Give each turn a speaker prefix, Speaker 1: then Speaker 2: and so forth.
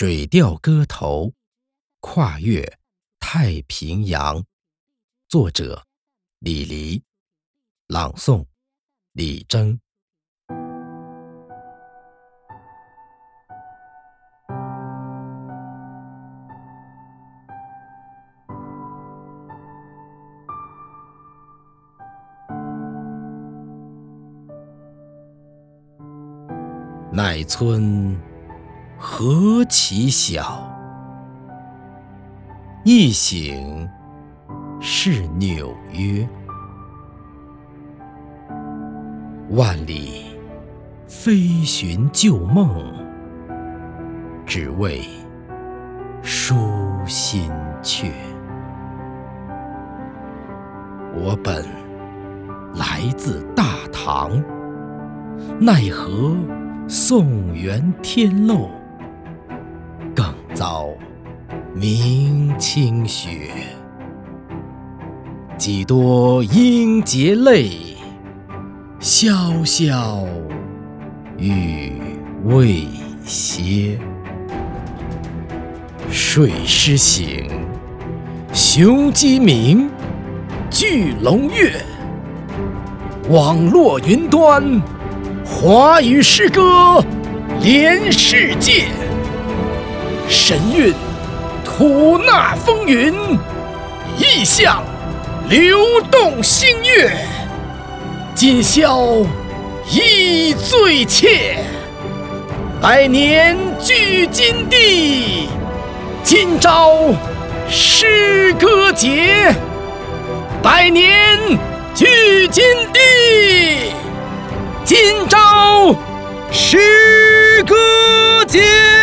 Speaker 1: 水调歌头，跨越太平洋。作者：李黎，朗诵：李征。乃村何其小，一醒是纽约。万里飞寻旧梦，只为舒心却。我本来自大唐，奈何宋元天漏，更遭明清雪。几多应节泪，潇潇雨未歇。水师行，雄鸡鸣，巨龙跃。网络云端，华语诗歌连世界。神韵吐纳风云，意象流动星月。今宵忆最切，百年聚金地。今朝诗歌节，百年聚金地。今朝诗歌节。